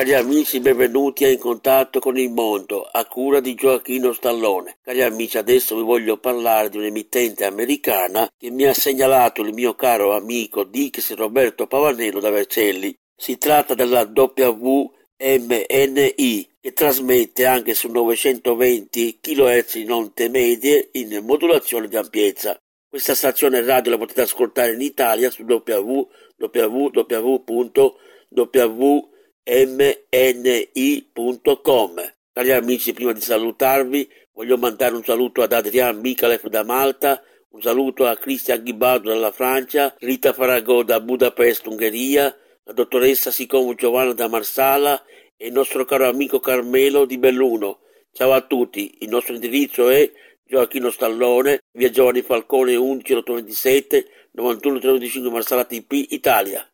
Cari amici, benvenuti a In Contatto con il Mondo, a cura di Gioachino Stallone. Cari amici, adesso vi voglio parlare di un'emittente americana che mi ha segnalato il mio caro amico Dix Roberto Pavanello da Vercelli. Si tratta della WMNI, che trasmette anche su 920 kHz in onde medie in modulazione di ampiezza. Questa stazione radio la potete ascoltare in Italia su www.mni.com. Cari amici, prima di salutarvi voglio mandare un saluto ad Adrian Mikalev da Malta, un saluto a Christian Ghibardo dalla Francia, Rita Faragò da Budapest, Ungheria, la dottoressa Sicomo Giovanna da Marsala e il nostro caro amico Carmelo di Belluno. Ciao a tutti, il nostro indirizzo è Gioachino Stallone, via Giovanni Falcone 11 827 91 325 Marsala TP, Italia.